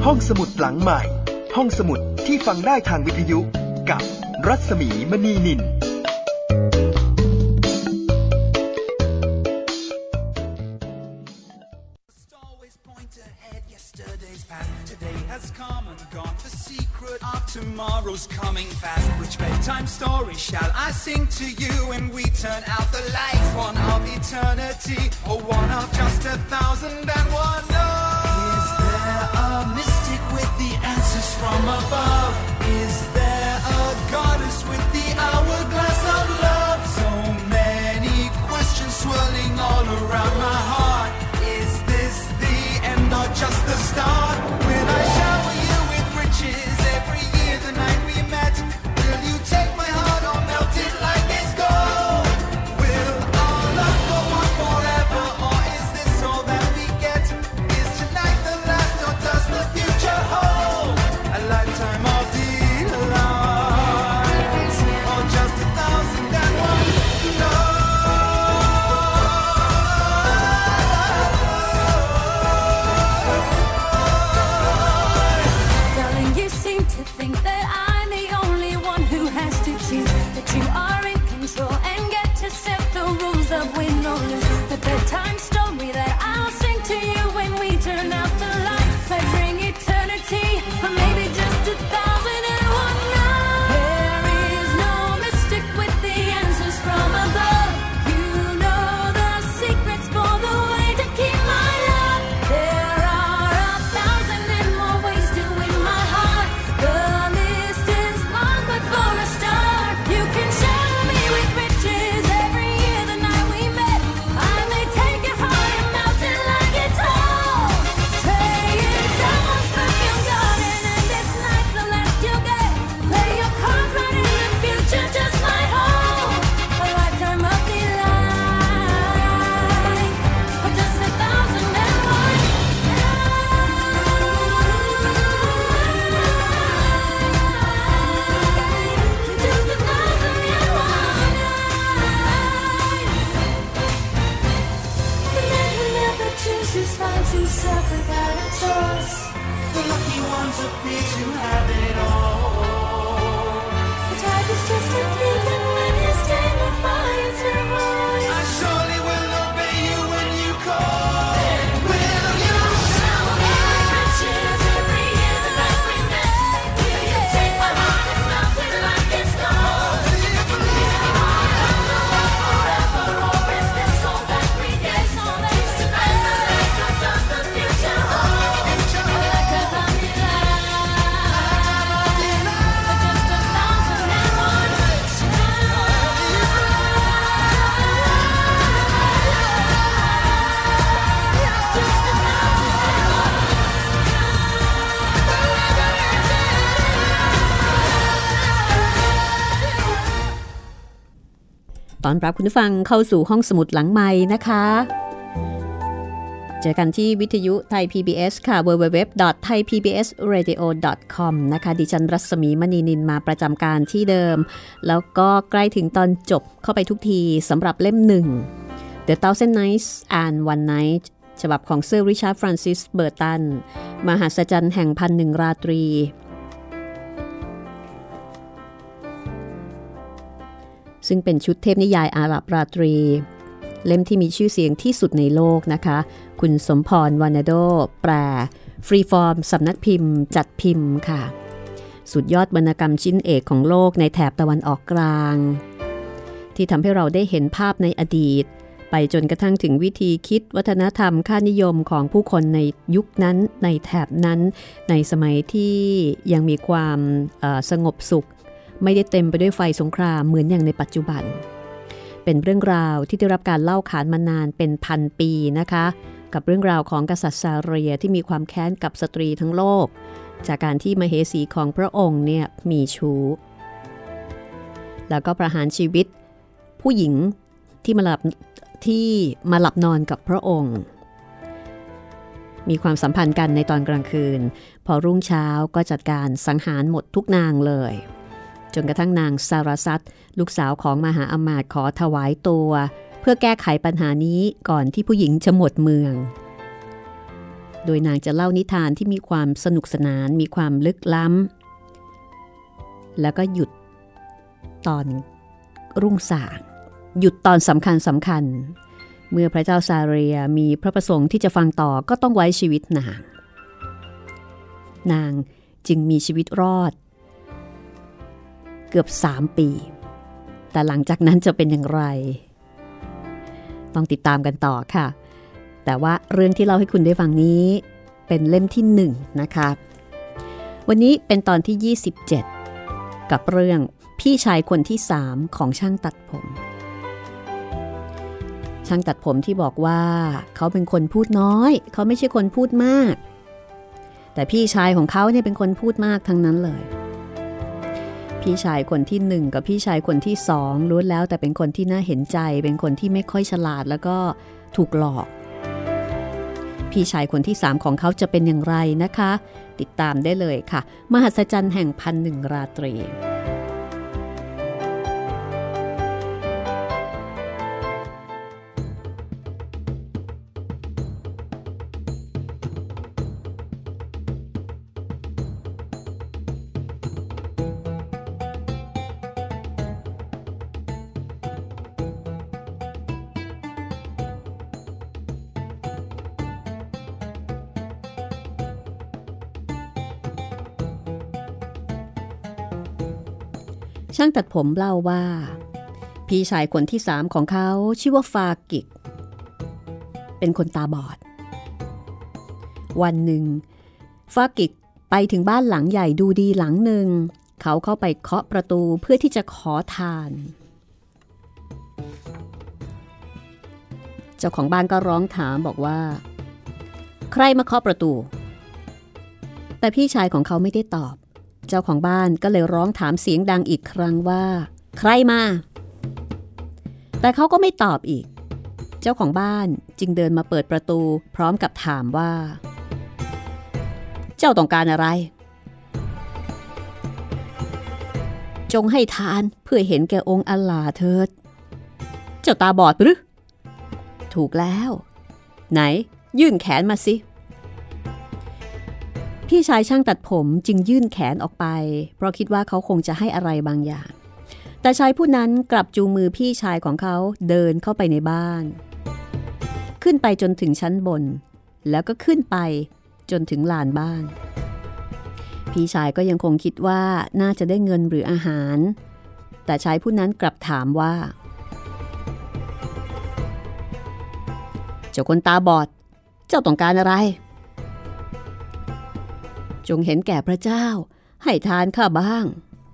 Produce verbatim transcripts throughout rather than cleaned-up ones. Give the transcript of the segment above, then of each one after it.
ห้องสมุดหลังใหม่ห้องสมุดที่ฟังได้ทางวิทยุกับรัศมีมณีนิน Tomorrow's coming fast. Which bedtime story shall I sing to you when we turn out the lights? One of eternity or one of just a thousand and one? No. Is there a mystic with the answers from above? Is there a goddess with the hourglass of love? So many questions swirling all around my heart. Is this the end or just the start? Will I shower you with riches every year the night we met? Will you take my heart or melt it like it's gold? Will our love go on forever or is this all that we get? Is tonight the last or does the future hold a lifetime of delight or just a thousand and one love? Darling, you seem to think that I'm the only one who has to choose, that you are in control and get to set the rules of win or lose. The bedtime story that I'll sing to you when we turn out the lights might bring eternity or maybe just a thousand and one nights. There is no mystic with the answers from above. You know the secrets for the way to keep my love. There are a thousand and more ways to win my heart. The list is long, but for a start, you can shower me with riches every year the night we met. I may take your heart and melt it like it's all. Say it's someone's perfume garden, and this night's the last you'll get. Play your cards right in the future, just might hold a lifetime of delight, or just a thousand and one nights. Just a thousand and one nights. The man who never chooses finds himself without a choice. The lucky ones appear to have it all. The tide is just a fleet, and when his time will finds her voice. I surely will obey you when you call. Will you shower me with riches every year the night we met? Will you take my heart and melt it like it's gold? Do you believe in our love will last forever, or is this all that we get? Is tonight the last or does the future hold a lifetime of delight, or just a thousand and one nights? Just a thousand and one ตอนรับคุณผู้ฟังเข้าสู่ห้องสมุดหลังไมค์นะคะ เจอกันที่วิทยุไทย พี บี เอส ค่ะ ดับเบิลยู ดับเบิลยู ดับเบิลยู ดอท ไทย พี บี เอส เรดิโอ ดอท คอม นะคะ ดิฉันรัศมีมณีนินมาประจำการที่เดิม แล้วก็ใกล้ถึงตอนจบเข้าไปทุกทีสำหรับเล่มหนึ่ง The Thousand Nights and One Night ฉบับของเซอร์ริชาร์ด ฟรานซิส เบอร์ตัน มหัศจรรย์แห่งพันหนึ่งราตรี ซึ่งเป็นชุดเทพนิยายอาหรับราตรี เล่มที่มีชื่อเสียงที่สุดในโลกนะคะ คุณสมพร วรรณโด แปล ฟรีฟอร์ม สำนักพิมพ์ จัดพิมพ์ค่ะ สุดยอดวรรณกรรมชิ้นเอกของโลกในแถบตะวันออกกลาง ที่ทำให้เราได้เห็นภาพในอดีต ไปจนกระทั่งถึงวิธีคิดวัฒนธรรมค่านิยมของผู้คนในยุคนั้นในแถบนั้นในสมัยที่ยังมีความสงบสุขไม่ได้เต็มไปด้วยไฟสงครามเหมือนอย่างในปัจจุบันเป็นเรื่องราวที่ได้รับการเล่าขานมานานเป็นพันปีนะคะกับเรื่องราวของกษัตริย์ซาเรียที่มีความแค้นกับสตรีทั้งโลกจากการที่มเหสีของพระองค์เนี่ยมีชู้แล้วก็ประหารชีวิตผู้หญิงที่มาหลับที่มาหลับนอนกับพระองค์มีความสัมพันธ์กันในตอนกลางคืนพอรุ่งเช้าก็จัดการสังหารหมดทุกนางเลยจนกระทั่งนางซาราซัตลูกสาวของมหาอมาตย์ขอถวายตัว เพื่อแก้ไขปัญหานี้ก่อนที่ผู้หญิงจะหมดเมืองโดยนางจะเล่านิทานที่มีความสนุกสนานมีความลึกล้ำแล้วก็หยุดตอนรุ่งสางหยุดตอนสำคัญสำคัญเมื่อพระเจ้าซาเรียมีพระประสงค์ที่จะฟังต่อก็ต้องไว้ชีวิตนางนางจึงมีชีวิตรอดเกือบสามปีแต่หลังจากนั้นจะเป็นอย่างไรต้องติดตามกันต่อค่ะแต่ว่าเรื่องที่เล่าให้คุณได้ฟังนี้เป็นเล่มที่หนึ่งนะคะวันนี้เป็นตอนที่ยี่สิบเจ็ดกับเรื่องพี่ชายคนที่สามของช่างตัดผมช่างตัดผมที่บอกว่าเขาเป็นคนพูดน้อยเขาไม่ใช่คนพูดมากแต่พี่ชายของเขาเนี่ยเป็นคนพูดมากทั้งนั้นเลยพี่ชายคนที่หนึ่งกับพี่ชายคนที่สองล้วนแล้วแต่เป็นคนที่น่าเห็นใจเป็นคนที่ไม่ค่อยฉลาดแล้วก็ถูกหลอกพี่ชายคนที่สามของเขาจะเป็นอย่างไรนะคะติดตามได้เลยค่ะมหัศจรรย์แห่งพันหนึ่งราตรีช่างตัดผมเล่าว่าพี่ชายคนที่สามของเขาชื่อว่าฟากิกเป็นคนตาบอดวันหนึ่งฟากิกไปถึงบ้านหลังใหญ่ดูดีหลังหนึ่งเขาเข้าไปเคาะประตูเพื่อที่จะขอทานเจ้าของบ้านก็ร้องถามบอกว่าใครมาเคาะประตูแต่พี่ชายของเขาไม่ได้ตอบเจ้าของบ้านก็เลยร้องถามเสียงดังอีกครั้งว่าใครมาแต่เขาก็ไม่ตอบอีกเจ้าของบ้านจึงเดินมาเปิดประตูพร้อมกับถามว่าเจ้าต้องการอะไรจงให้ทานเพื่อเห็นแก่องค์อัลลาห์เถิดเจ้าตาบอดหรือถูกแล้วไหนยื่นแขนมาสิพี่ชายช่างตัดผมจึงยื่นแขนออกไปเพราะคิดว่าเขาคงจะให้อะไรบางอย่างแต่ชายผู้นั้นกลับจูงมือพี่ชายของเขาเดินเข้าไปในบ้านขึ้นไปจนถึงชั้นบนแล้วก็ขึ้นไปจนถึงลานบ้านพี่ชายก็ยังคงคิดว่าน่าจะได้เงินหรืออาหารแต่ชายผู้นั้นกลับถามว่าเจ้าคนตาบอดเจ้าต้องการอะไรจงเห็นแก่พระเจ้าให้ทานข้าบ้าง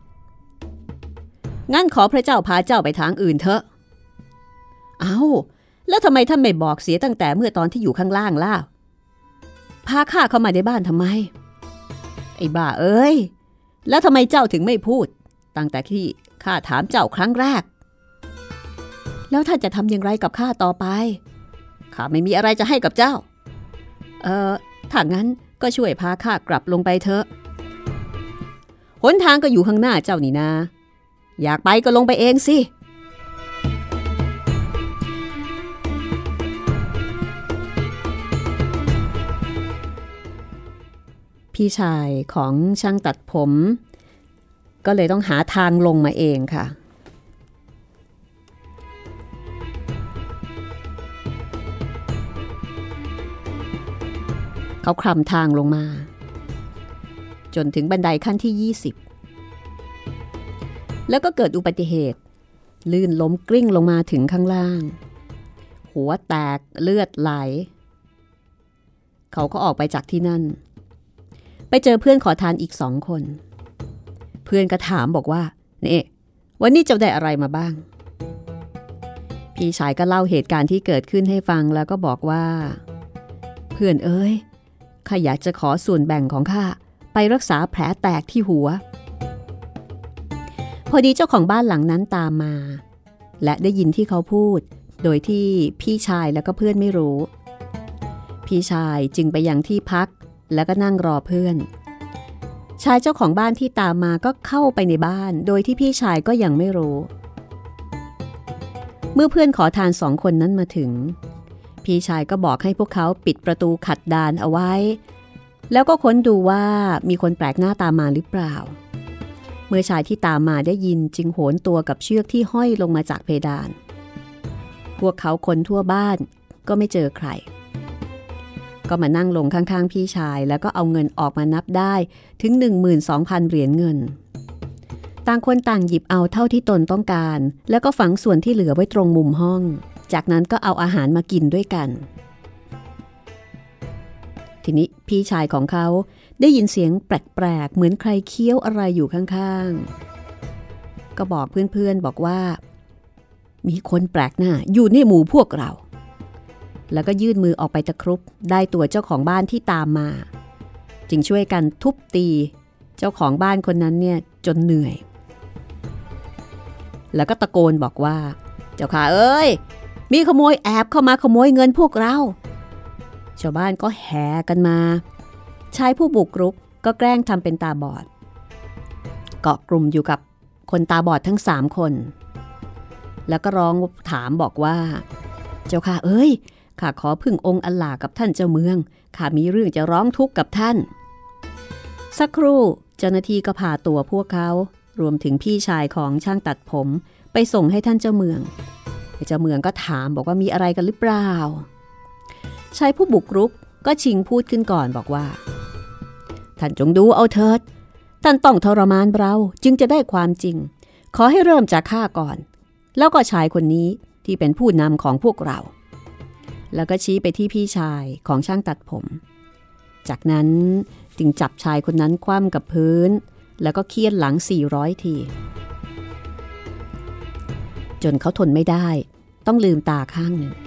งั้นขอพระเจ้าพาเจ้าไปทางอื่นเถอะเอ้าแล้วทำไมท่านไม่บอกเสียตั้งแต่เมื่อตอนที่อยู่ข้างล่างล่ะพาข้าเข้ามาในบ้านทำไมไอ้บ้าเอ้ยแล้วทำไมเจ้าถึงไม่พูดตั้งแต่ที่ข้าถามเจ้าครั้งแรกแล้วท่านจะทำอย่างไรกับข้าต่อไปข้าไม่มีอะไรจะให้กับเจ้าเออถ้างั้นก็ช่วยพาข้ากลับลงไปเถอะหนทางก็อยู่ข้างหน้าเจ้านี่นาอยากไปก็ลงไปเองสิพี่ชายของช่างตัดผมก็เลยต้องหาทางลงมาเองค่ะเขาคลำทางลงมาจนถึงบันไดขั้นที่ยี่สิบแล้วก็เกิดอุบัติเหตุลื่นล้มกลิ้งลงมาถึงข้างล่างหัวแตกเลือดไหลเขาก็ออกไปจากที่นั่นไปเจอเพื่อนขอทานอีกสองคนเพื่อนก็ถามบอกว่านี่วันนี้เจ้าได้อะไรมาบ้างพี่ชายก็เล่าเหตุการณ์ที่เกิดขึ้นให้ฟังแล้วก็บอกว่าเพื่อนเอ้ยข้าอยากจะขอส่วนแบ่งของข้าไปรักษาแผลแตกที่หัวพอดีเจ้าของบ้านหลังนั้นตามมาและได้ยินที่เขาพูดโดยที่พี่ชายแล้วก็เพื่อนไม่รู้พี่ชายจึงไปยังที่พักแล้วก็นั่งรอเพื่อนชายเจ้าของบ้านที่ตามมาก็เข้าไปในบ้านโดยที่พี่ชายก็ยังไม่รู้เมื่อเพื่อนขอทานสองคนนั้นมาถึงพี่ชายก็บอกให้พวกเขาปิดประตูขัดดานเอาไว้แล้วก็ค้นดูว่ามีคนแปลกหน้าตามมาหรือเปล่าเมื่อชายที่ตามมาได้ยินจึงโหนตัวกับเชือกที่ห้อยลงมาจากเพดานพวกเขาค้นทั่วบ้านก็ไม่เจอใครก็มานั่งลงข้างๆพี่ชายแล้วก็เอาเงินออกมานับได้ถึง หนึ่งหมื่นสองพัน เหรียญเงินต่างคนต่างหยิบเอาเท่าที่ตนต้องการแล้วก็ฝังส่วนที่เหลือไว้ตรงมุมห้องจากนั้นก็เอาอาหารมากินด้วยกันทีนี้พี่ชายของเขาได้ยินเสียงแปลกๆเหมือนใครเคี้ยวอะไรอยู่ข้างๆก็บอกเพื่อนๆบอกว่ามีคนแปลกหน้าอยู่ในหมู่พวกเราแล้วก็ยื่นมือออกไปตะครุบได้ตัวเจ้าของบ้านที่ตามมาจึงช่วยกันทุบตีเจ้าของบ้านคนนั้นเนี่ยจนเหนื่อยแล้วก็ตะโกนบอกว่าเจ้าข้าเอ้ยมีขโมยแอบเข้ามาขโมยเงินพวกเราชาวบ้านก็แห่กันมาชายผู้บุกรุกก็แกล้งทำเป็นตาบอดเกาะกลุ่มอยู่กับคนตาบอดทั้งสามคนแล้วก็ร้องถามบอกว่าเจ้าข้าเอ้ยข้าขอพึ่งองค์อัลลาห์กับท่านเจ้าเมืองข้ามีเรื่องจะร้องทุกข์กับท่านสักครู่เจ้าหน้าที่ก็พาตัวพวกเขารวมถึงพี่ชายของช่างตัดผมไปส่งให้ท่านเจ้าเมืองเจ้าเมืองก็ถามบอกว่ามีอะไรกันหรือเปล่าชายผู้บุกรุกก็ชิงพูดขึ้นก่อนบอกว่าท่านจงดูเอาเถิดท่านต้องทรมานเราจึงจะได้ความจริงขอให้เริ่มจากข้าก่อนแล้วก็ชายคนนี้ที่เป็นผู้นำของพวกเราแล้วก็ชี้ไปที่พี่ชายของช่างตัดผมจากนั้นจึงจับชายคนนั้นคว่ำกับพื้นแล้วก็เคี่ยนหลังสี่ร้อยทีจนเขาทนไม่ได้ต้องลืมตาข้างหนึ่ง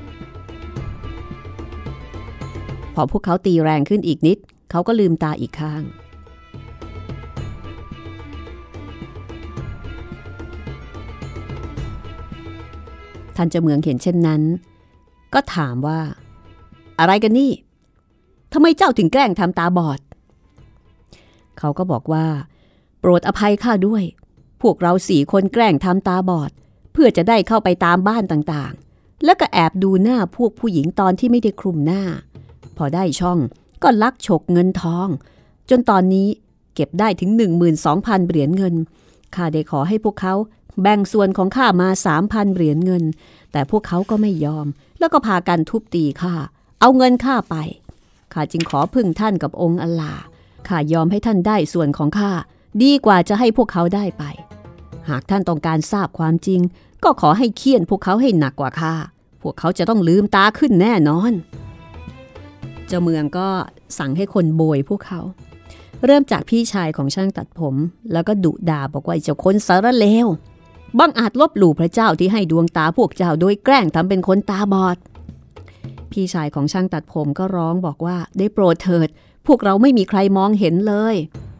พอพวกเขาตีแรงขึ้นอีกนิดเขาก็ลืมตาอีกข้างท่านเจ้าเมืองเห็นเช่นนั้นก็ถามว่าอะไรกันนี่ทำไมเจ้าถึงแกล้งทำตาบอดเขาก็บอกว่าโปรดอภัยข้าด้วยพวกเราสี่คนแกล้งทำตาบอดเพื่อจะได้เข้าไปตามบ้านต่างๆแล้วก็แอบดูหน้าพวกผู้หญิงตอนที่ไม่ได้คลุมหน้าพอได้ช่องก็ลักฉกเงินทองจนตอนนี้เก็บได้ถึง หนึ่งหมื่นสองพัน เหรียญเงินข้าได้ขอให้พวกเขาแบ่งส่วนของข้ามา สามพัน เหรียญเงินแต่พวกเขาก็ไม่ยอมแล้วก็พากันทุบตีข้าเอาเงินข้าไปข้าจึงขอพึ่งท่านกับองค์อัลลาห์ข้ายอมให้ท่านได้ส่วนของข้าดีกว่าจะให้พวกเขาได้ไปหากท่านต้องการทราบความจริงก็ขอให้เคี่ยนพวกเขาให้หนักกว่าข้าพวกเขาจะต้องลืมตาขึ้นแน่นอนเจ้าเมืองก็สั่งให้คนโบยพวกเขาเริ่มจากพี่ชายของช่างตัดผมแล้วก็ดุด่าบอกว่าเจ้าคนสารเลวบังอาจลบหลู่พระเจ้าที่ให้ดวงตาพวกเจ้าโดยแกล้งทำเป็นคนตาบอดพี่ชายของช่างตัดผมก็ร้องบอกว่าได้โปรดเถิดพวกเราไม่มีใครมองเห็นเลย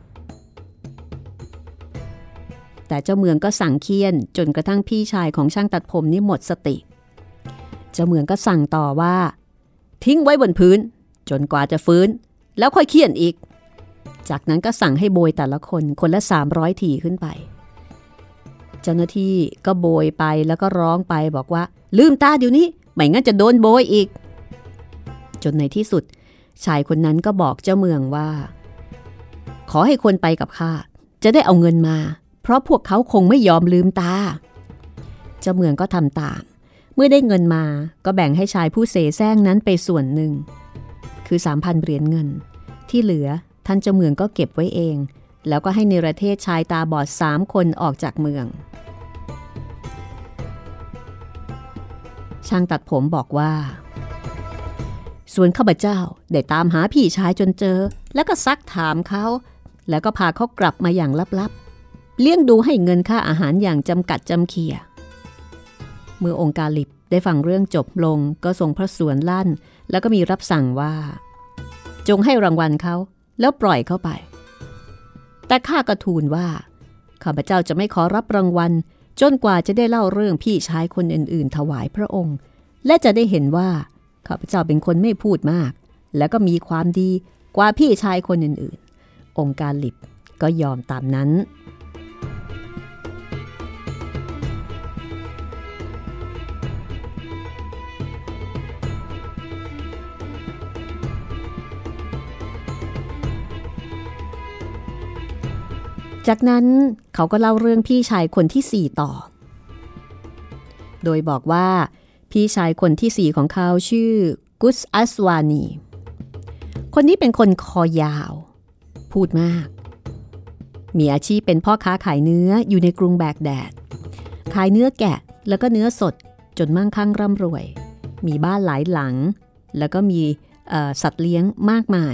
แต่เจ้าเมืองก็สั่งเคี่ยนจนกระทั่งพี่ชายของช่างตัดผมนี่หมดสติเจ้าเมืองก็สั่งต่อว่าทิ้งไว้บนพื้นจนกว่าจะฟื้นแล้วค่อยเคี่ยนอีกจากนั้นก็สั่งให้โบยแต่ละคนคนละสามร้อยทีขึ้นไปเจ้าหน้าที่ก็โบยไปแล้วก็ร้องไปบอกว่าลืมตาเดี๋ยวนี้ไม่งั้นจะโดนโบยอีกจนในที่สุดชายคนนั้นก็บอกเจ้าเมืองว่าขอให้คนไปกับข้าจะได้เอาเงินมาเพราะพวกเขาคงไม่ยอมลืมตาเจ้าเมืองก็ทำตามเมื่อได้เงินมาก็แบ่งให้ชายผู้เสแสร้งนั้นไปส่วนหนึ่งคือ สามพัน เหรียญเงินที่เหลือท่านเจ้าเมืองก็เก็บไว้เองแล้วก็ให้เนรเทศชายตาบอดสามคนออกจากเมืองช่างตัดผมบอกว่าส่วนข้าพเจ้าได้ตามหาพี่ชายจนเจอแล้วก็ซักถามเขาแล้วก็พาเขากลับมาอย่างลับๆเลี้ยงดูให้เงินค่าอาหารอย่างจำกัดจำเขี่ยเมื่อองค์กาลิบได้ฟังเรื่องจบลงก็ทรงพระสวนลั่นแล้วก็มีรับสั่งว่าจงให้รางวัลเขาแล้วปล่อยเขาไปแต่ข้าก็ทูลว่าข้าพเจ้าจะไม่ขอรับรางวัลจนกว่าจะได้เล่าเรื่องพี่ชายคนอื่นๆถวายพระองค์และจะได้เห็นว่าข้าพเจ้าเป็นคนไม่พูดมากแล้วก็มีความดีกว่าพี่ชายคนอื่นๆองค์กาลิบก็ยอมตามนั้นจากนั้นเขาก็เล่าเรื่องพี่ชายคนที่สี่ต่อโดยบอกว่าพี่ชายคนที่สี่ของเขาชื่อกุสอัสวานีคนนี้เป็นคนคอยาวพูดมากมีอาชีพเป็นพ่อค้าขายเนื้ออยู่ในกรุงแบกแดดขายเนื้อแกะแล้วก็เนื้อสดจนมั่งคั่งร่ำรวยมีบ้านหลายหลังแล้วก็มีสัตว์เลี้ยงมากมาย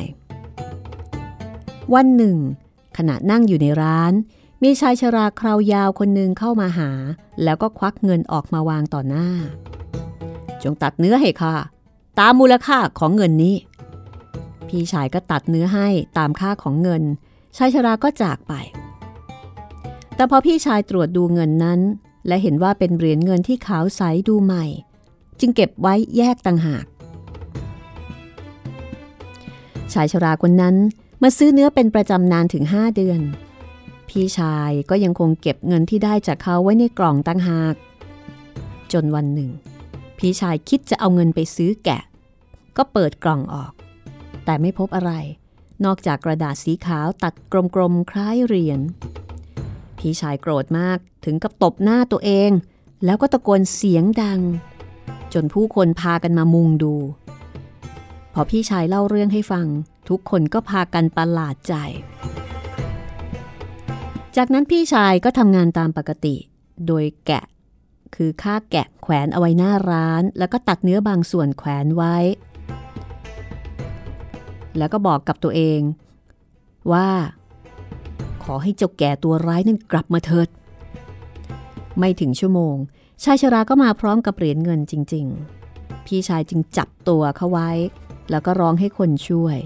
วันหนึ่งขณะนั่งอยู่ในร้านมีชายชราคราวยาวคนหนึ่งเข้ามาหาแล้วก็ควักเงินออกมาวางต่อหน้าจงตัดเนื้อให้ข้าตามมูลค่าของเงินนี้พี่ชายก็ตัดเนื้อให้ตามค่าของเงินชายชราก็จากไปแต่พอพี่ชายตรวจดูเงินนั้นและเห็นว่าเป็นเหรียญเงินที่ขาวใสดูใหม่จึงเก็บไว้แยกต่างหากชายชราคนนั้นมาซื้อเนื้อเป็นประจำนานถึงห้าเดือนพี่ชายก็ยังคงเก็บเงินที่ได้จากเขาไว้ในกล่องต่างหากจนวันหนึ่งพี่ชายคิดจะเอาเงินไปซื้อแกะก็เปิดกล่องออกแต่ไม่พบอะไรนอกจากกระดาษสีขาวตัดกลมๆคล้ายเหรียญพี่ชายโกรธมากถึงกับตบหน้าตัวเองแล้วก็ตะโกนเสียงดังจนผู้คนพากันมามุงดูพอพี่ชายเล่าเรื่องให้ฟังทุกคนก็พากันประหลาดใจจากนั้นพี่ชายก็ทำงานตามปกติโดยแกะคือฆ่าแกะแขวนเอาไว้หน้าร้านแล้วก็ตัดเนื้อบางส่วนแขวนไว้แล้วก็บอกกับตัวเองว่าขอให้เจ้าแก่ตัวร้ายนั่นกลับมาเถิดไม่ถึงชั่วโมงชายชราก็มาพร้อมกับเหรียญเงินจริงๆพี่ชายจึงจับตัวเขาไว้แล้วก็ร้องให้คนช่วย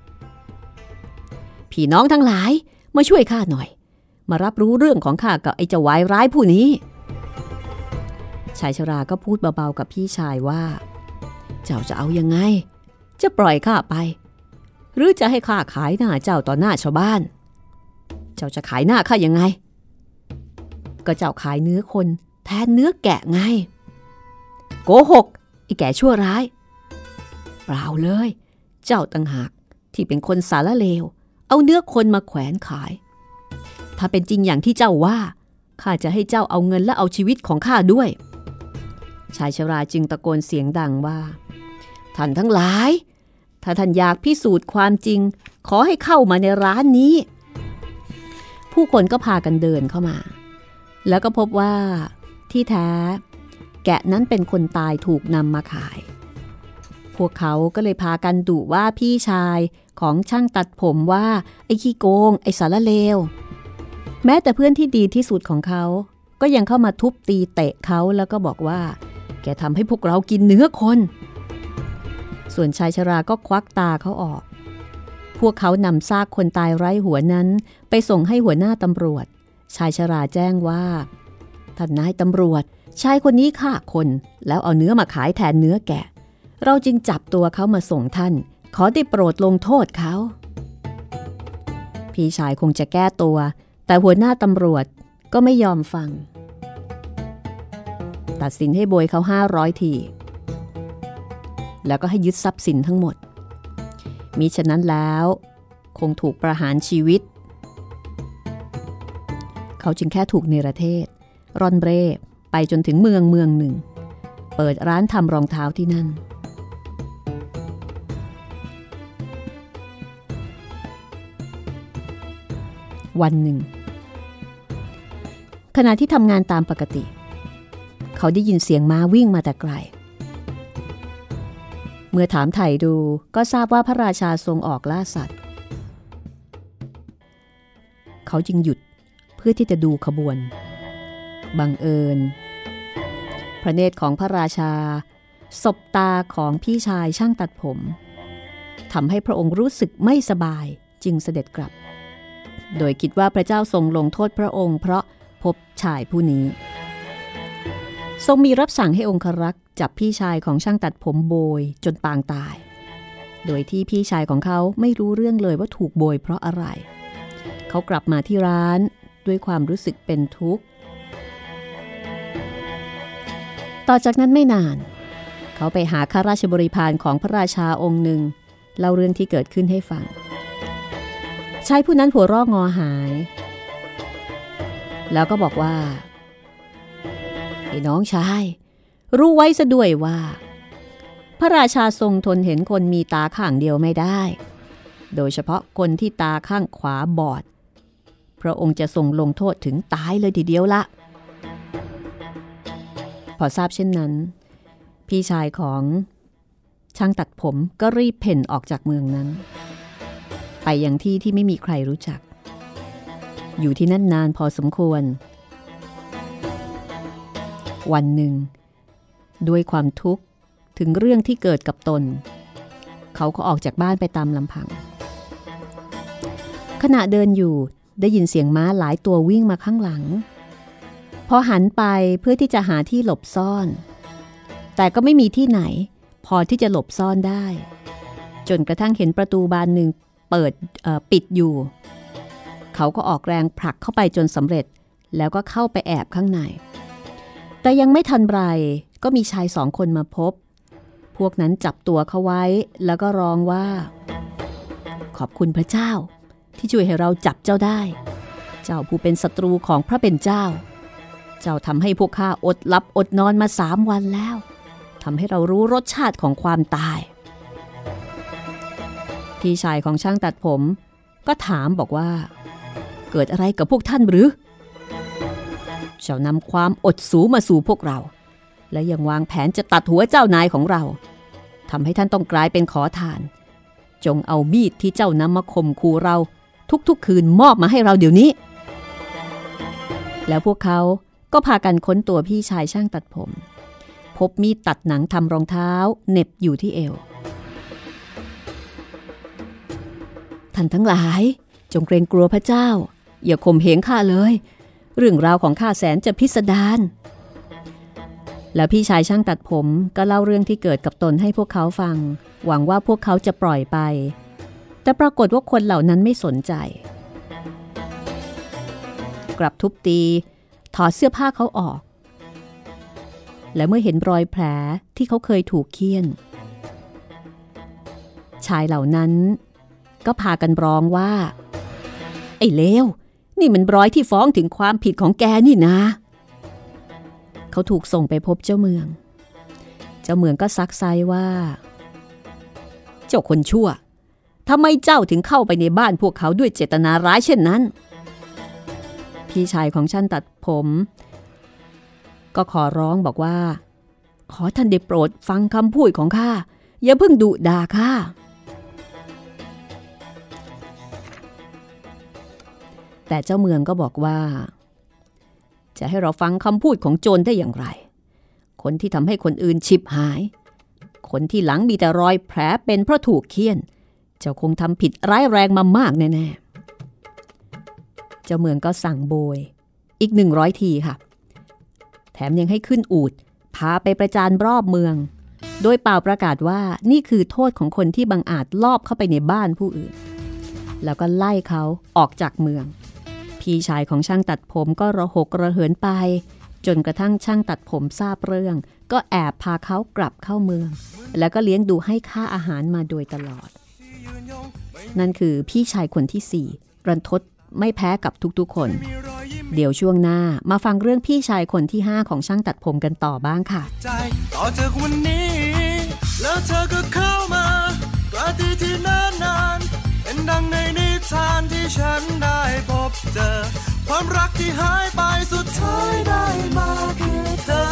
พี่น้องทั้งหลายมาช่วยข้าหน่อยมารับรู้เรื่องของข้ากับไอ้เจ้าวายร้ายผู้นี้ชายชราก็พูดเบาๆกับพี่ชายว่าเจ้าจะเอายังไงจะปล่อยข้าไปหรือจะให้ข้าขายหน้าเจ้าต่อหน้าชาวบ้านเจ้าจะขายหน้าข้ายังไงก็เจ้าขายเนื้อคนแทนเนื้อแกะไงโกหกไอ้แก่ชั่วร้ายเปล่าเลยเจ้าต่างหากที่เป็นคนสารเลวเอาเนื้อคนมาแขวนขายถ้าเป็นจริงอย่างที่เจ้าว่าข้าจะให้เจ้าเอาเงินและเอาชีวิตของข้าด้วยชายชราจึงตะโกนเสียงดังว่าท่านทั้งหลายถ้าท่านอยากพิสูจน์ความจริงขอให้เข้ามาในร้านนี้ผู้คนก็พากันเดินเข้ามาแล้วก็พบว่าที่แท้แกะนั้นเป็นคนตายถูกนำมาขายพวกเขาก็เลยพากันดุว่าพี่ชายของช่างตัดผมว่าไอ้ขี้โกงไอ้สารเลวแม้แต่เพื่อนที่ดีที่สุดของเขาก็ยังเข้ามาทุบตีเตะเขาแล้วก็บอกว่าแกทำให้พวกเรากินเนื้อคนส่วนชายชราก็ควักตาเขาออกพวกเขานำซากคนตายไร้หัวนั้นไปส่งให้หัวหน้าตำรวจชายชราแจ้งว่าท่านนายตำรวจชายคนนี้ฆ่าคนแล้วเอาเนื้อมาขายแทนเนื้อแกะเราจึงจับตัวเขามาส่งท่านขอได้โปรดลงโทษเขาพี่ชายคงจะแก้ตัวแต่หัวหน้าตำรวจก็ไม่ยอมฟังตัดสินให้โบยเขาห้าร้อยทีแล้วก็ให้ยึดทรัพย์สินทั้งหมดมิฉะนั้นแล้วคงถูกประหารชีวิตเขาจึงแค่ถูกเนรเทศร่อนเร่ไปจนถึงเมืองเมืองหนึ่งเปิดร้านทำรองเท้าที่นั่นวันหนึ่งขณะที่ทำงานตามปกติเขาได้ยินเสียงม้าวิ่งมาแต่ไกลเมื่อถามไถ่ดูก็ทราบว่าพระราชาทรงออกล่าสัตว์เขาจึงหยุดเพื่อที่จะดูขบวนบังเอิญพระเนตรของพระราชาสบตาของพี่ชายช่างตัดผมทำให้พระองค์รู้สึกไม่สบายจึงเสด็จกลับโดยคิดว่าพระเจ้าทรงลงโทษพระองค์เพราะพบชายผู้นี้ทรงมีรับสั่งให้องครักษ์จับพี่ชายของช่างตัดผมโบยจนปางตายโดยที่พี่ชายของเขาไม่รู้เรื่องเลยว่าถูกโบยเพราะอะไรเขากลับมาที่ร้านด้วยความรู้สึกเป็นทุกข์ต่อจากนั้นไม่นานเขาไปหาข้าราชบริพารของพระราชาองค์หนึ่งเล่าเรื่องที่เกิดขึ้นให้ฟังชายผู้นั้นหัวเราะงอหายแล้วก็บอกว่าไอ้น้องชายรู้ไว้ซะด้วยว่าพระราชาทรงทนเห็นคนมีตาข้างเดียวไม่ได้โดยเฉพาะคนที่ตาข้างขวาบอดพระองค์จะทรงลงโทษถึงตายเลยทีเดียวละพอทราบเช่นนั้นพี่ชายของช่างตัดผมก็รีบเพ่นออกจากเมืองนั้นไปยังที่ที่ไม่มีใครรู้จักอยู่ที่นั่นนานพอสมควรวันหนึ่งด้วยความทุกข์ถึงเรื่องที่เกิดกับตนเขาก็ออกจากบ้านไปตามลำพังขณะเดินอยู่ได้ยินเสียงม้าหลายตัววิ่งมาข้างหลังพอหันไปเพื่อที่จะหาที่หลบซ่อนแต่ก็ไม่มีที่ไหนพอที่จะหลบซ่อนได้จนกระทั่งเห็นประตูบานหนึ่งเปิดเอ่อปิดอยู่เขาก็ออกแรงผลักเข้าไปจนสำเร็จแล้วก็เข้าไปแอบข้างในแต่ยังไม่ทันไรก็มีชายสองคนมาพบพวกนั้นจับตัวเขาไว้แล้วก็ร้องว่าขอบคุณพระเจ้าที่ช่วยให้เราจับเจ้าได้เจ้าผู้เป็นศัตรูของพระเป็นเจ้าเจ้าทำให้พวกข้าอดหลับอดนอนมาสามวันแล้วทำให้เรารู้รสชาติของความตายพี่ชายของช่างตัดผมก็ถามบอกว่าเกิดอะไรกับพวกท่านหรือเจ้านำความอดสูมาสู่พวกเราและยังวางแผนจะตัดหัวเจ้านายของเราทำให้ท่านต้องกลายเป็นขอทานจงเอามีดที่เจ้านำมาข่มขู่เราทุกๆคืนมอบมาให้เราเดี๋ยวนี้แล้วพวกเขาก็พากันค้นตัวพี่ชายช่างตัดผมพบมีดตัดหนังทำรองเท้าเหน็บอยู่ที่เอวท่านทั้งหลายจงเกรงกลัวพระเจ้าอย่าข่มเหงข้าเลยเรื่องราวของข้าแสนจะพิสดารแล้วพี่ชายช่างตัดผมก็เล่าเรื่องที่เกิดกับตนให้พวกเขาฟังหวังว่าพวกเขาจะปล่อยไปแต่ปรากฏว่าคนเหล่านั้นไม่สนใจกลับทุบตีถอดเสื้อผ้าเขาออกและเมื่อเห็นรอยแผลที่เขาเคยถูกเฆี่ยนชายเหล่านั้นก็พากันร้องว่าไอ้เลวนี่มันรอยที่ฟ้องถึงความผิดของแกนี่นะเขาถูกส่งไปพบเจ้าเมืองเจ้าเมืองก็ซักไซว่าเจ้าคนชั่วทำไมเจ้าถึงเข้าไปในบ้านพวกเขาด้วยเจตนาร้ายเช่นนั้นพี่ชายของช่างตัดผมก็ขอร้องบอกว่าขอท่านได้โปรดฟังคำพูดของข้าอย่าเพิ่งดุด่าข้าแต่เจ้าเมืองก็บอกว่าจะให้เราฟังคำพูดของโจรได้อย่างไรคนที่ทำให้คนอื่นฉิบหายคนที่หลังมีแต่รอยแผลเป็นเพราะถูกเฆี่ยนเจ้าคงทำผิดร้ายแรงมามากแน่ๆเจ้าเมืองก็สั่งโบยอีกหนึ่งร้อยทีค่ะแถมยังให้ขึ้นอูฐพาไปประจานรอบเมืองโดยเป่าประกาศว่านี่คือโทษของคนที่บังอาจลอบเข้าไปในบ้านผู้อื่นแล้วก็ไล่เขาออกจากเมืองพี่ชายของช่างตัดผมก็ระหกระเหินไปจนกระทั่งช่างตัดผมทราบเรื่องก็แอบพาเขากลับเข้าเมืองแล้วก็เลี้ยงดูให้ค่าอาหารมาโดยตลอดนั่นคือพี่ชายคนที่สี่รันทดไม่แพ้กับทุกๆคนเดี๋ยวช่วงหน้ามาฟังเรื่องพี่ชายคนที่ห้าของช่างตัดผมกันต่อบ้างค่ะต่อจากวันนี้แล้วเธอก็เข้ามาปาร์ตี้ที่นานนานเป็นดังในนิทานที่ฉันได้พบเจอความรักที่หายไปสุดท้ายได้มาคือเธอ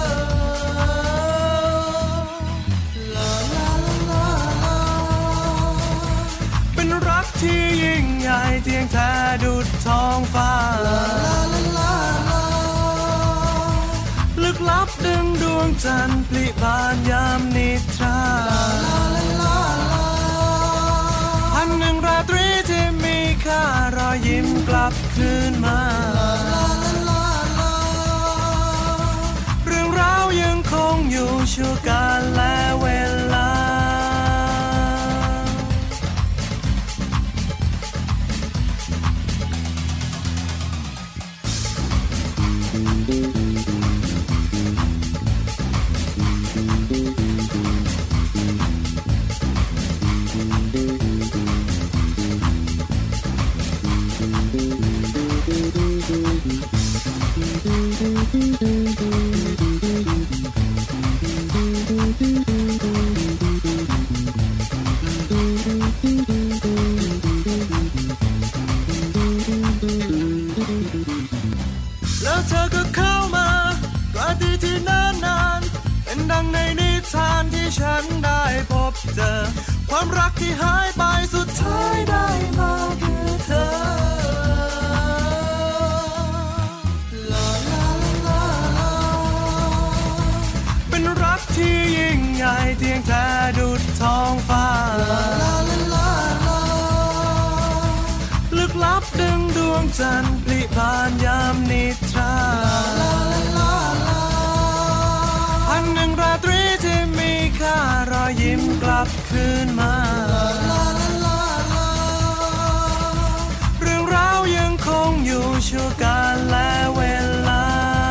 ลาลาลาลาเป็นรักที่ยิ่งใหญ่เทียงแท้ดุจท้องฟ้าลาลาลาลาลึกลับดึงดวงจันทร์พลิบานยามนิทราพันหนึ่งราตรีที่มีค่ารอยยิ้มกลับคืนมาเรื่องราวยังคงอยู่ชั่วกาลและเวลาความรักที่หายไปสุดท้ายได้มาคือเธอลาลาลาลาเป็นรักที่ยิ่งใหญ่เพียงแค่ดุจท้องฟ้าลาลาลาลาลึกลับดึงดวงจันทร์พลิผ่านยามนิทราลาลาลาลาพันหนึ่งราตรีที่มีค่ารอยยิ้มกลับคืนมาลาลาลาลาเรื่องราวยังคงอยู่ชั่วกาลและเวลา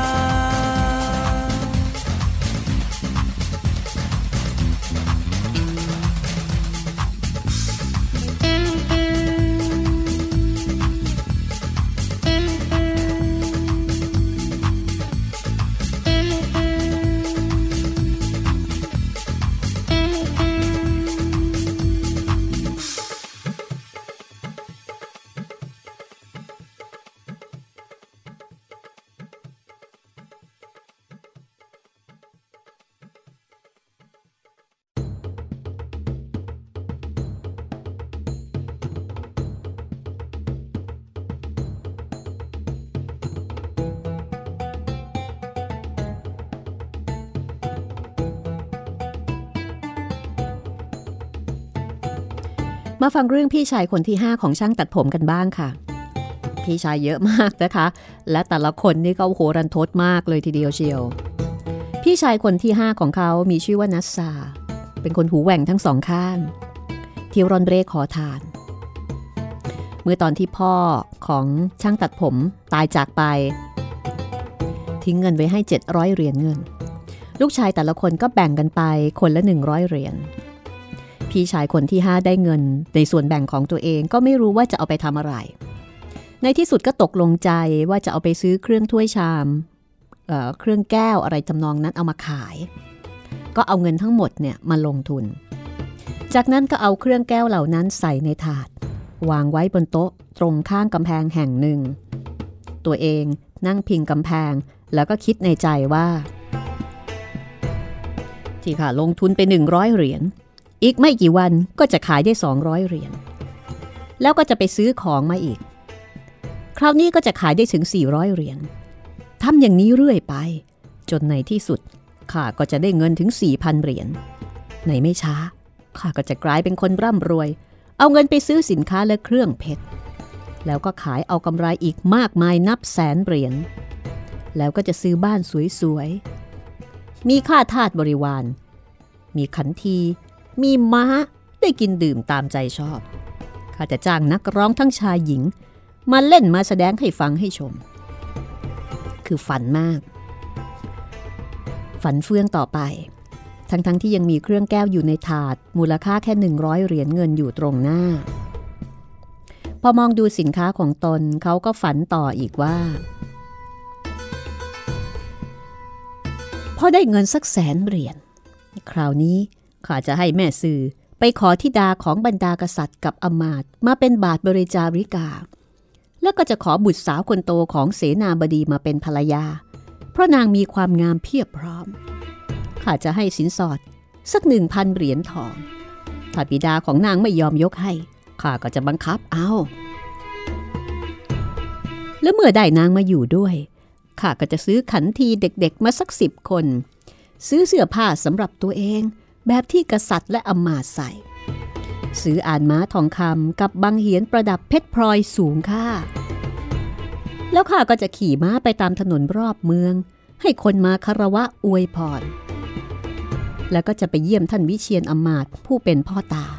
มาฟังเรื่องพี่ชายคนที่ห้าของช่างตัดผมกันบ้างค่ะพี่ชายเยอะมากนะคะและแต่ละคนนี่ก็โหรันทดมากเลยทีเดียวเชียวพี่ชายคนที่ห้าของเขามีชื่อว่านัสซาเป็นคนหูแหว่งทั้งสองข้างที่รอนเร่ขอทานเมื่อตอนที่พ่อของช่างตัดผมตายจากไปทิ้งเงินไว้ให้เจ็ดร้อยเหรียญเงินลูกชายแต่ละคนก็แบ่งกันไปคนละหนึ่งร้อยเหรียญพี่ชายคนที่ห้าได้เงินในส่วนแบ่งของตัวเองก็ไม่รู้ว่าจะเอาไปทำอะไรในที่สุดก็ตกลงใจว่าจะเอาไปซื้อเครื่องถ้วยชามเอ่อเครื่องแก้วอะไรจำนองนั้นเอามาขายก็เอาเงินทั้งหมดเนี่ยมาลงทุนจากนั้นก็เอาเครื่องแก้วเหล่านั้นใส่ในถาดวางไว้บนโต๊ะตรงข้างกำแพงแห่งหนึ่งตัวเองนั่งพิงกำแพงแล้วก็คิดในใจว่าที่ข้าลงทุนไปหนึ่งร้อยเหรียญอีกไม่กี่วันก็จะขายได้สองร้อยเหรียญแล้วก็จะไปซื้อของมาอีกคราวนี้ก็จะขายได้ถึงสี่ร้อยเหรียญทำอย่างนี้เรื่อยไปจนในที่สุดข้าก็จะได้เงินถึง สี่พัน เหรียญในไม่ช้าข้าก็จะกลายเป็นคนร่ำรวยเอาเงินไปซื้อสินค้าและเครื่องเพชรแล้วก็ขายเอากำไรอีกมากมายนับแสนเหรียญแล้วก็จะซื้อบ้านสวยๆมีข้าทาสบริวารมีขันทีมีม้าได้กินดื่มตามใจชอบข้าจะจ้างนักร้องทั้งชายหญิงมาเล่นมาแสดงให้ฟังให้ชมคือฝันมากฝันเฟื่องต่อไปทั้งๆ ท, ที่ยังมีเครื่องแก้วอยู่ในถาดมูลค่าแค่หนึ่งร้อยเหรียญเงินอยู่ตรงหน้าพอมองดูสินค้าของตนเขาก็ฝันต่ออีกว่าพอได้เงินสักแสนเหรียญคราวนี้ข้าจะให้แม่สื่อไปขอธิดาของบรรดากษัตริย์กับอมาตย์มาเป็นบาทบริจาริกาแล้วก็จะขอบุตรสาวคนโตของเสนาบดีมาเป็นภรรยาเพราะนางมีความงามเพียบพร้อมข้าจะให้สินสอดสักหนึ่งพันเหรียญทองถ้าบิดาของนางไม่ยอมยกให้ข้าก็จะบังคับเอาแล้วเมื่อได้นางมาอยู่ด้วยข้าก็จะซื้อขันทีเด็กๆมาสักสิบคนซื้อเสื้อผ้าสำหรับตัวเองแบบที่กษัตริย์และอมาตย์ใส่ซื้ออ่านม้าทองคำกับบังเหียนประดับเพชรพลอยสูงค่าแล้วข้าก็จะขี่ม้าไปตามถนนรอบเมืองให้คนมาคารวะอวยพรแล้วก็จะไปเยี่ยมท่านวิเชียรอมาตย์ผู้เป็นพ่อตา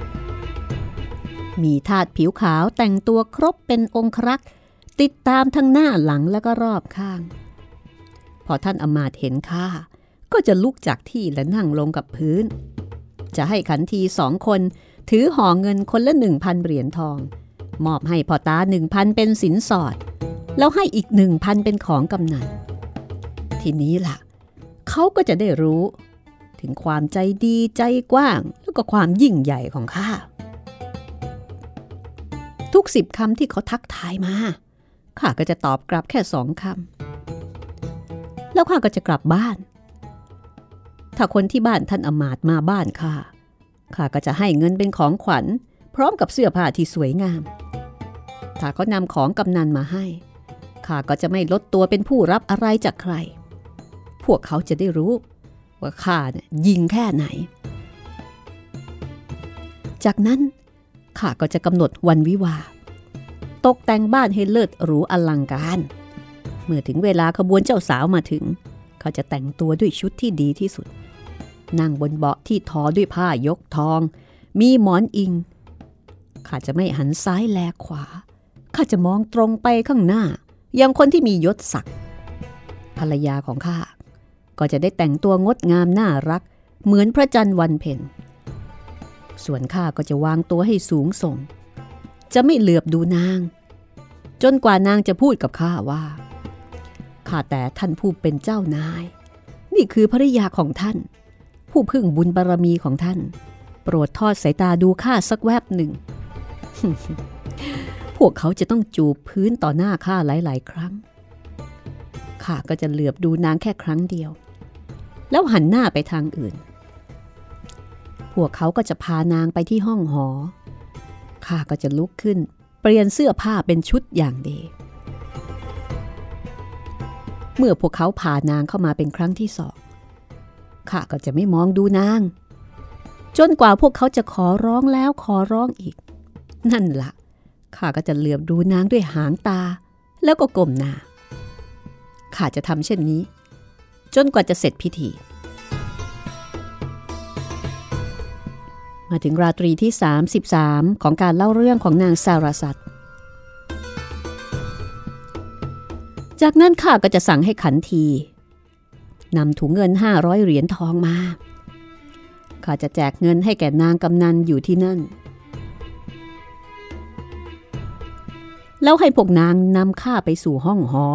มีทาสผิวขาวแต่งตัวครบเป็นองครักษ์ติดตามทั้งหน้าหลังและก็รอบข้างพอท่านอมาตย์เห็นข้าก็จะลุกจากที่และนั่งลงกับพื้นจะให้ขันทีสองคนถือห่อเงินคนละหนึ่งพันเหรียญทองมอบให้พ่อตาหนึ่งพันเป็นสินสอดแล้วให้อีกหนึ่งพันเป็นของกำนันทีนี้ล่ะเขาก็จะได้รู้ถึงความใจดีใจกว้างแล้วก็ความยิ่งใหญ่ของข้าทุกสิบคำที่เขาทักทายมาข้าก็จะตอบกลับแค่สองคำแล้วข้าก็จะกลับบ้านถ้าคนที่บ้านท่านอมาตย์มาบ้านข้าข้าก็จะให้เงินเป็นของขวัญพร้อมกับเสื้อผ้าที่สวยงามถ้าเขานำของกำนันมาให้ข้าก็จะไม่ลดตัวเป็นผู้รับอะไรจากใครพวกเขาจะได้รู้ว่าข้าเนี่ยยิงแค่ไหนจากนั้นข้าก็จะกำหนดวันวิวาห์ตกแต่งบ้านให้เลิศหรูอลังการเมื่อถึงเวลาขบวนเจ้าสาวมาถึงเขาจะแต่งตัวด้วยชุดที่ดีที่สุดนั่งบนเบาะที่ทอด้วยผ้ายกทองมีหมอนอิงข้าจะไม่หันซ้ายแลขวาข้าจะมองตรงไปข้างหน้าอย่างคนที่มียศศักดิ์ภรรยาของข้าก็จะได้แต่งตัวงดงามน่ารักเหมือนพระจันทร์วันเพ็ญส่วนข้าก็จะวางตัวให้สูงส่งจะไม่เหลือบดูนางจนกว่านางจะพูดกับข้าว่าข้าแต่ท่านผู้เป็นเจ้านายนี่คือภริยาของท่านผู้พึ่งบุญบารมีของท่านโปรดทอดสายตาดูข้าสักแวบหนึ่ง พวกเขาจะต้องจูบพื้นต่อหน้าข้าหลายๆครั้งข้าก็จะเหลือบดูนางแค่ครั้งเดียวแล้วหันหน้าไปทางอื่นพวกเขาก็จะพานางไปที่ห้องหอข้าก็จะลุกขึ้นเปลี่ยนเสื้อผ้าเป็นชุดอย่างดีเมื่อพวกเขาพานางเข้ามาเป็นครั้งที่สองข้าก็จะไม่มองดูนางจนกว่าพวกเขาจะขอร้องแล้วขอร้องอีกนั่นล่ะข้าก็จะเหลือบดูนางด้วยหางตาแล้วก็ก้มหน้าข้าจะทำเช่นนี้จนกว่าจะเสร็จพิธีมาถึงราตรีที่สามสิบสามของการเล่าเรื่องของนางสารสัตย์จากนั้นข้าก็จะสั่งให้ขันทีนำถุงเงินห้าร้อยเหรียญทองมาข้าจะแจกเงินให้แก่นางกำนันอยู่ที่นั่นแล้วให้พวกนางนำข้าไปสู่ห้องหอ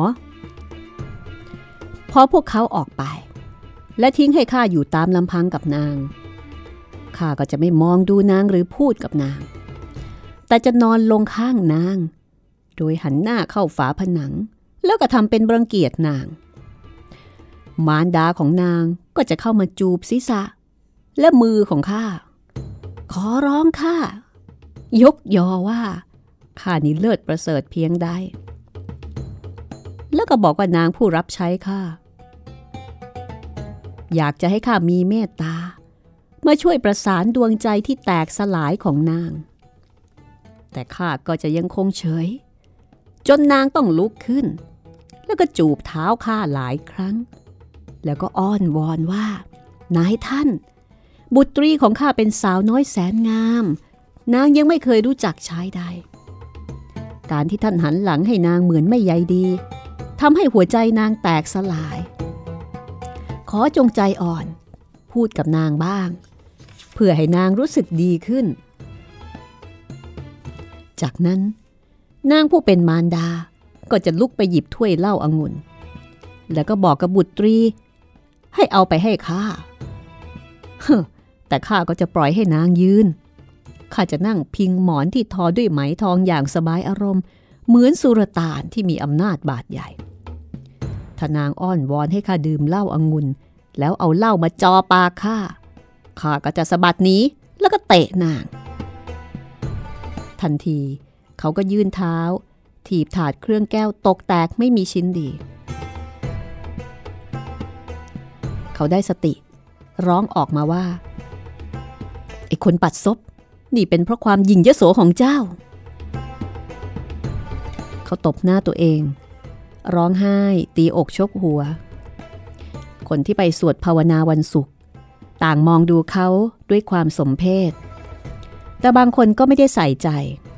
พอพวกเขาออกไปและทิ้งให้ข้าอยู่ตามลำพังกับนางข้าก็จะไม่มองดูนางหรือพูดกับนางแต่จะนอนลงข้างนางโดยหันหน้าเข้าฝาผนังแล้วก็ทำเป็นรังเกียจนางมารดาของนางก็จะเข้ามาจูบศีรษะและมือของข้าขอร้องข้ายกยอว่าข้านี่เลิศประเสริฐเพียงใดแล้วก็บอกว่านางผู้รับใช้ข้าอยากจะให้ข้ามีเมตตามาช่วยประสานดวงใจที่แตกสลายของนางแต่ข้าก็จะยังคงเฉยจนนางต้องลุกขึ้นแล้วก็จูบเท้าข้าหลายครั้งแล้วก็อ้อนวอนว่านายท่านบุตรีของข้าเป็นสาวน้อยแสนงามนางยังไม่เคยรู้จักชายใดการที่ท่านหันหลังให้นางเหมือนไม่ใยดีทำให้หัวใจนางแตกสลายขอจงใจอ่อนพูดกับนางบ้างเพื่อให้นางรู้สึกดีขึ้นจากนั้นนางผู้เป็นมารดาก็จะลุกไปหยิบถ้วยเหล้าองุ่นแล้วก็บอกกับบุตรีให้เอาไปให้ข้าแต่ข้าก็จะปล่อยให้นางยืนข้าจะนั่งพิงหมอนที่ทอด้วยไหมทองอย่างสบายอารมณ์เหมือนสุลต่านที่มีอำนาจบาดใหญ่ถ้านางอ้อนวอนให้ข้าดื่มเหล้าองุ่นแล้วเอาเหล้ามาจ่อปากข้าข้าก็จะสะบัดหนีแล้วก็เตะนางทันทีเขาก็ยื่นเท้าถีบถาดเครื่องแก้วตกแตกไม่มีชิ้นดีเขาได้สติร้องออกมาว่าไอ้คนปัดซบนี่เป็นเพราะความหยิ่งยโสของเจ้าเขาตบหน้าตัวเองร้องไห้ตีอกชกหัวคนที่ไปสวดภาวนาวันศุกร์ต่างมองดูเขาด้วยความสมเพชแต่บางคนก็ไม่ได้ใส่ใจ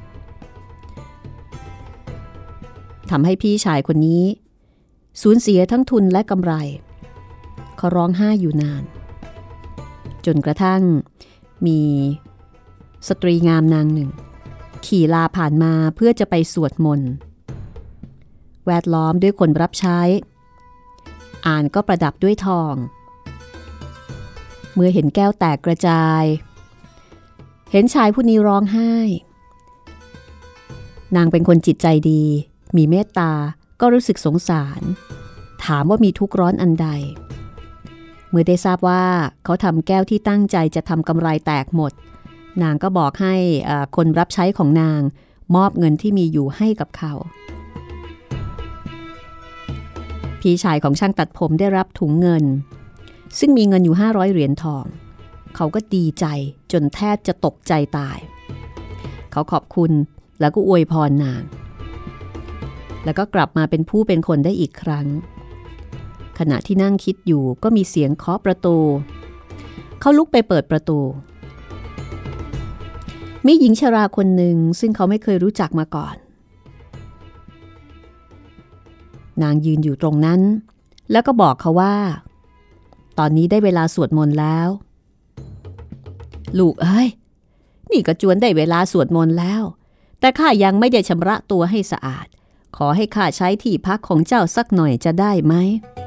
ทำให้พี่ชายคนนี้สูญเสียทั้งทุนและกำไรเขาร้องไห้อยู่นานจนกระทั่งมีสตรีงามนางหนึ่งขี่ลาผ่านมาเพื่อจะไปสวดมนต์แวดล้อมด้วยคนรับใช้อ่านก็ประดับด้วยทองเมื่อเห็นแก้วแตกกระจายเห็นชายผู้นี้ร้องไห้นางเป็นคนจิตใจดีมีเมตตาก็รู้สึกสงสารถามว่ามีทุกข์ร้อนอันใดเมื่อได้ทราบว่าเขาทำแก้วที่ตั้งใจจะทำกำไรแตกหมดนางก็บอกให้คนรับใช้ของนางมอบเงินที่มีอยู่ให้กับเขาพี่ชายของช่างตัดผมได้รับถุงเงินซึ่งมีเงินอยู่ห้าร้อยเหรียญทองเขาก็ดีใจจนแทบจะตกใจตายเขาขอบคุณแล้วก็อวยพรนางแล้วก็กลับมาเป็นผู้เป็นคนได้อีกครั้งขณะที่นั่งคิดอยู่ก็มีเสียงเคาะประตูเขาลุกไปเปิดประตูมีหญิงชราคนหนึ่งซึ่งเขาไม่เคยรู้จักมาก่อนนางยืนอยู่ตรงนั้นแล้วก็บอกเขาว่าตอนนี้ได้เวลาสวดมนต์แล้วลูกเอ้ยนี่ก็จวนได้เวลาสวดมนต์แล้วแต่ข้ายังไม่ได้ชำระตัวให้สะอาดขอให้ข้าใช้ที่พักของเจ้าสักหน่อยจะได้ไหม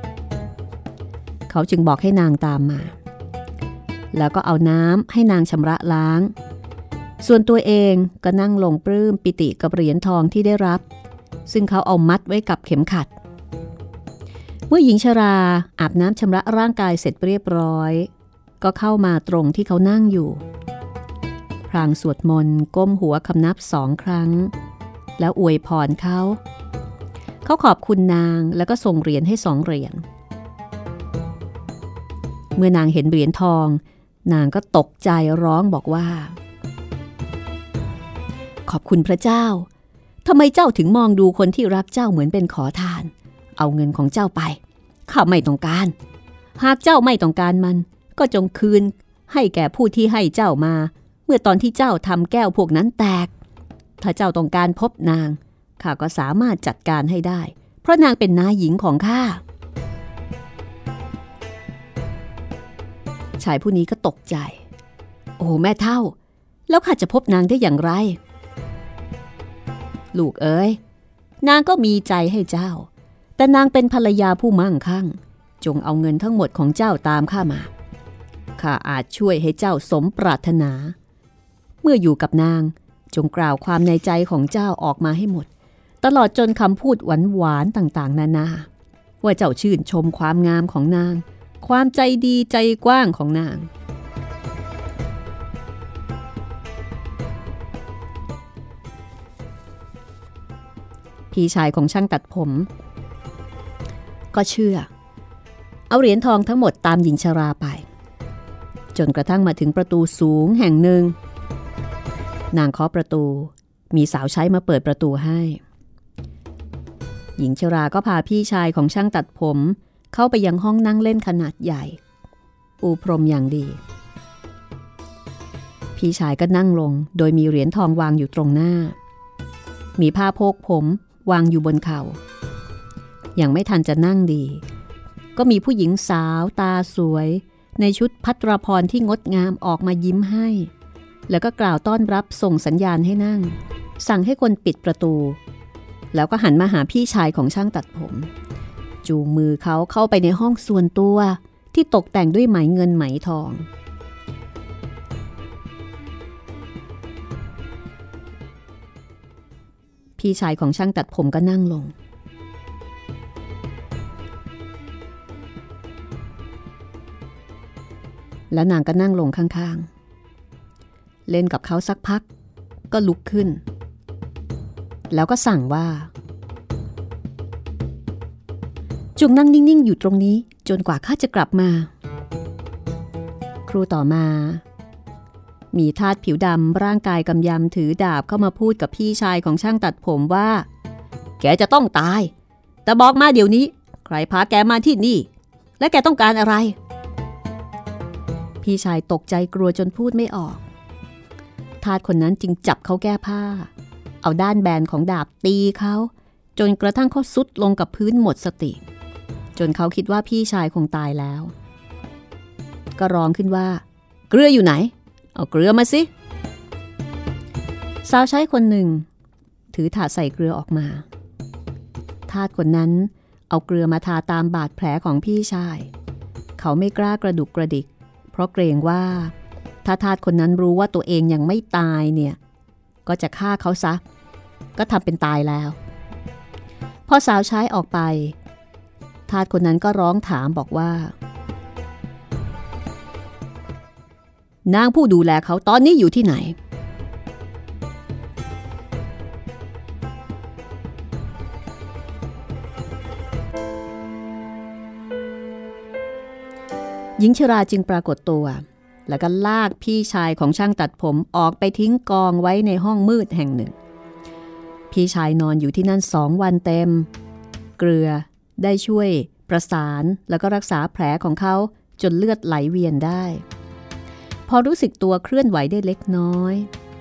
เขาจึงบอกให้นางตามมาแล้วก็เอาน้ำให้นางชำระล้างส่วนตัวเองก็นั่งลงปลื้มปิติกับเหรียญทองที่ได้รับซึ่งเขาเอามัดไว้กับเข็มขัดเมื่อหญิงชราอาบน้ำชำระร่างกายเสร็จเรียบร้อยก็เข้ามาตรงที่เขานั่งอยู่พลางสวดมนต์ก้มหัวคำนับสองครั้งแล้วอวยพรเขาเขาขอบคุณนางแล้วก็ส่งเหรียญให้สองเหรียญเมื่อนางเห็นเหรียญทองนางก็ตกใจร้องบอกว่าขอบคุณพระเจ้าทำไมเจ้าถึงมองดูคนที่รักเจ้าเหมือนเป็นขอทานเอาเงินของเจ้าไปข้าไม่ต้องการหากเจ้าไม่ต้องการมันก็จงคืนให้แก่ผู้ที่ให้เจ้ามาเมื่อตอนที่เจ้าทำแก้วพวกนั้นแตกถ้าเจ้าต้องการพบนางข้าก็สามารถจัดการให้ได้เพราะนางเป็นน้าหญิงของข้าชายผู้นี้ก็ตกใจโอ้แม่เฒ่าแล้วข้าจะพบนางได้อย่างไรลูกเอ๋ยนางก็มีใจให้เจ้าแต่นางเป็นภรรยาผู้มั่งคั่งจงเอาเงินทั้งหมดของเจ้าตามข้ามาข้าอาจช่วยให้เจ้าสมปรารถนาเมื่ออยู่กับนางจงกล่าวความในใจของเจ้าออกมาให้หมดตลอดจนคำพูดหวานๆต่างๆนานาว่าเจ้าชื่นชมความงามของนางความใจดีใจกว้างของนางพี่ชายของช่างตัดผมก็เชื่อเอาเหรียญทองทั้งหมดตามหญิงชราไปจนกระทั่งมาถึงประตูสูงแห่งหนึ่งนางเคาะประตูมีสาวใช้มาเปิดประตูให้หญิงชราก็พาพี่ชายของช่างตัดผมเข้าไปยังห้องนั่งเล่นขนาดใหญ่ปูพรมอย่างดีพี่ชายก็นั่งลงโดยมีเหรียญทองวางอยู่ตรงหน้ามีผ้าโพกผมวางอยู่บนเข่ายังไม่ทันจะนั่งดีก็มีผู้หญิงสาวตาสวยในชุดภัตราภรณ์ที่งดงามออกมายิ้มให้แล้วก็กล่าวต้อนรับส่งสัญญาณให้นั่งสั่งให้คนปิดประตูแล้วก็หันมาหาพี่ชายของช่างตัดผมจูงมือเขาเข้าไปในห้องส่วนตัวที่ตกแต่งด้วยไหมเงินไหมทองพี่ชายของช่างตัดผมก็นั่งลงแล้วนางก็นั่งลงข้างๆเล่นกับเขาสักพักก็ลุกขึ้นแล้วก็สั่งว่าจงนั่งนิ่งๆอยู่ตรงนี้จนกว่าข้าจะกลับมาครู่ต่อมามีทาสผิวดำร่างกายกำยำถือดาบเข้ามาพูดกับพี่ชายของช่างตัดผมว่าแกจะต้องตายแต่บอกมาเดี๋ยวนี้ใครพาแกมาที่นี่และแกต้องการอะไรพี่ชายตกใจกลัวจนพูดไม่ออกทาสคนนั้นจึงจับเขาแก้ผ้าเอาด้านแบนของดาบตีเขาจนกระทั่งเขาซุดลงกับพื้นหมดสติจนเขาคิดว่าพี่ชายคงตายแล้วก็ร้องขึ้นว่าเกลืออยู่ไหนเอาเกลือมาสิสาวใช้คนหนึ่งถือถาดใส่เกลือออกมาทาสคนนั้นเอาเกลือมาทาตามบาดแผลของพี่ชายเขาไม่กล้ากระดุกกระดิกเพราะเกรงว่าถ้าทาสคนนั้นรู้ว่าตัวเองยังไม่ตายเนี่ยก็จะฆ่าเขาซะก็ทำเป็นตายแล้วพอสาวใช้ออกไปทาสคนนั้นก็ร้องถามบอกว่านางผู้ดูแลเขาตอนนี้อยู่ที่ไหนหญิงชราจึงปรากฏตัวแล้วก็ลากพี่ชายของช่างตัดผมออกไปทิ้งกองไว้ในห้องมืดแห่งหนึ่งพี่ชายนอนอยู่ที่นั่นสองวันเต็มเกลือได้ช่วยประสานแล้วก็รักษาแผลของเขาจนเลือดไหลเวียนได้พอรู้สึกตัวเคลื่อนไหวได้เล็กน้อย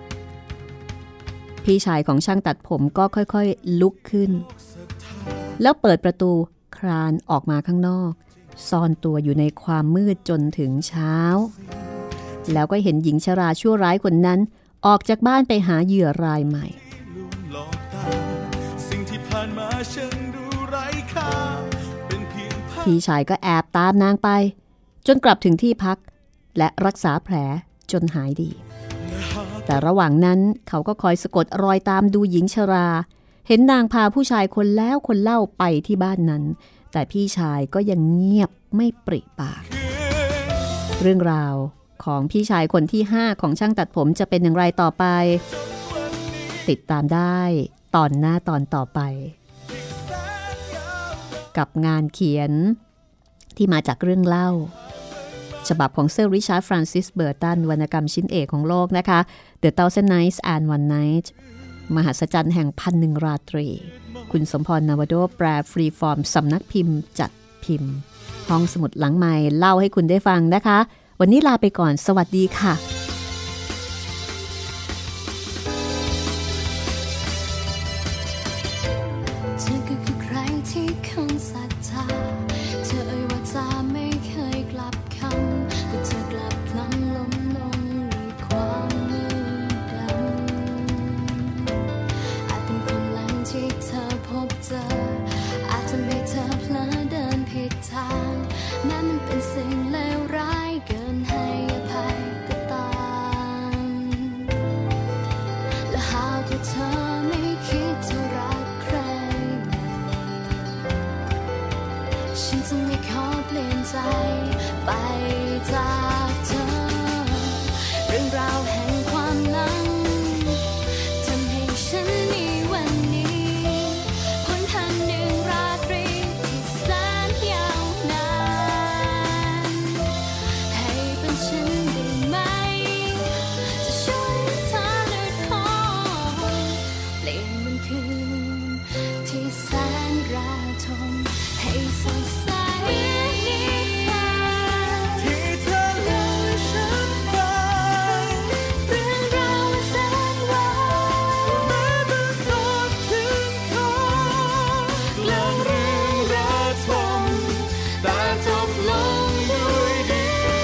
พี่ชายของช่างตัดผมก็ค่อยๆลุกขึ้นแล้วเปิดประตูคลานออกมาข้างนอกซ่อนตัวอยู่ในความมืดจนถึงเช้าแล้วก็เห็นหญิงชราชั่วร้ายคนนั้นออกจากบ้านไปหาเหยื่อรายใหม่พี่ชายก็แอบตามนางไปจนกลับถึงที่พักและรักษาแผลจนหายดีแต่ระหว่างนั้นเขาก็คอยสะกดรอยตามดูหญิงชราเห็นนางพาผู้ชายคนแล้วคนเล่าไปที่บ้านนั้นแต่พี่ชายก็ยังเงียบไม่ปริปากเรื่องราวของพี่ชายคนที่ห้าของช่างตัดผมจะเป็นอย่างไรต่อไปติดตามได้ตอนหน้าตอนต่อไปกับงานเขียนที่มาจากเรื่องเล่าฉบับของเซอร์ริชาร์ดฟรานซิสเบอร์ตันวรรณกรรมชิ้นเอกของโลกนะคะ The Thousand Nights and One Night มหัศจรรย์แห่งพันหนึ่งราตรีคุณสมพรนวโดแปลฟรีฟอร์มสำนักพิมพ์จัดพิมพ์ห้องสมุดหลังใหม่เล่าให้คุณได้ฟังนะคะวันนี้ลาไปก่อนสวัสดีค่ะเธอก็คือใครที่คงศรัทธาเธอเอ่ยว่าจะไม่เคยกลับคำแต่เธอกลับพลั้งล้มลงในความมืดดำอาจเป็นความหลังที่เธอพบเจออาจทำให้เธอเพลอเดินผิดทางแม้มันเป็นสิ่งเลวร้ายเกินให้อภัยก็ตามและหากว่าเธอไม่คิดจะรักใครฉันจะไม่ขอเปลี่ยนใจไปจากเธอเรื่องราวแห่งความหลังทำให้ฉันมีวันนี้พ้นทันหนึ่งราตรีที่แสนยาวนานให้เป็นฉันได้ไหมจะช่วยเธอหลุดพ้นเปลี่ยนวันคืนที่แสนราทมให้สดใสที่เธอเล่าให้ฉันฟังเรื่องราวมันแสนหวานแม้เป็นตอนถึงคอกลางเรื่องระทมแต่จบลงด้วยดี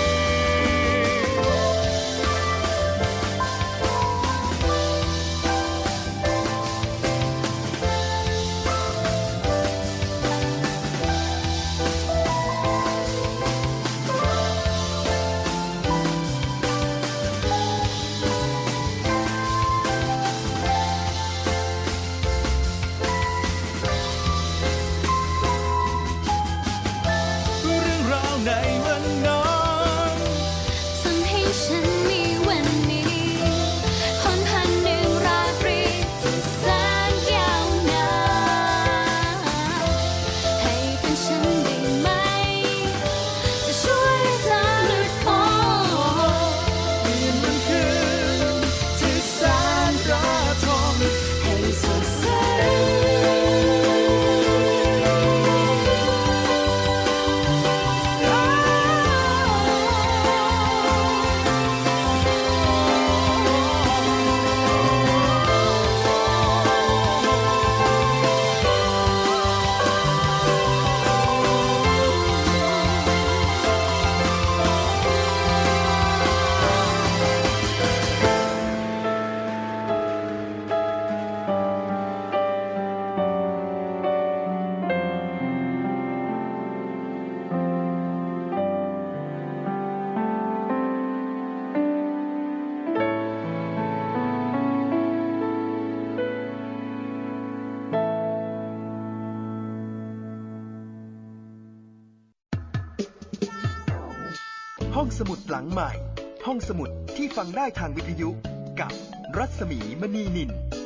เรื่องราวในวันนั้นทำให้ฉันมีวันนี้พ้นพันหนึ่งราตรีที่แสนยาวนานให้เป็นฉันได้ไหมจะช่วยเธอหลุดพ้นเปลี่ยนวันคืนที่แสนระทมให้สดใสห้องสมุดหลังใหม่ห้องสมุดที่ฟังได้ทางวิทยุกับรัศมีมณีนิน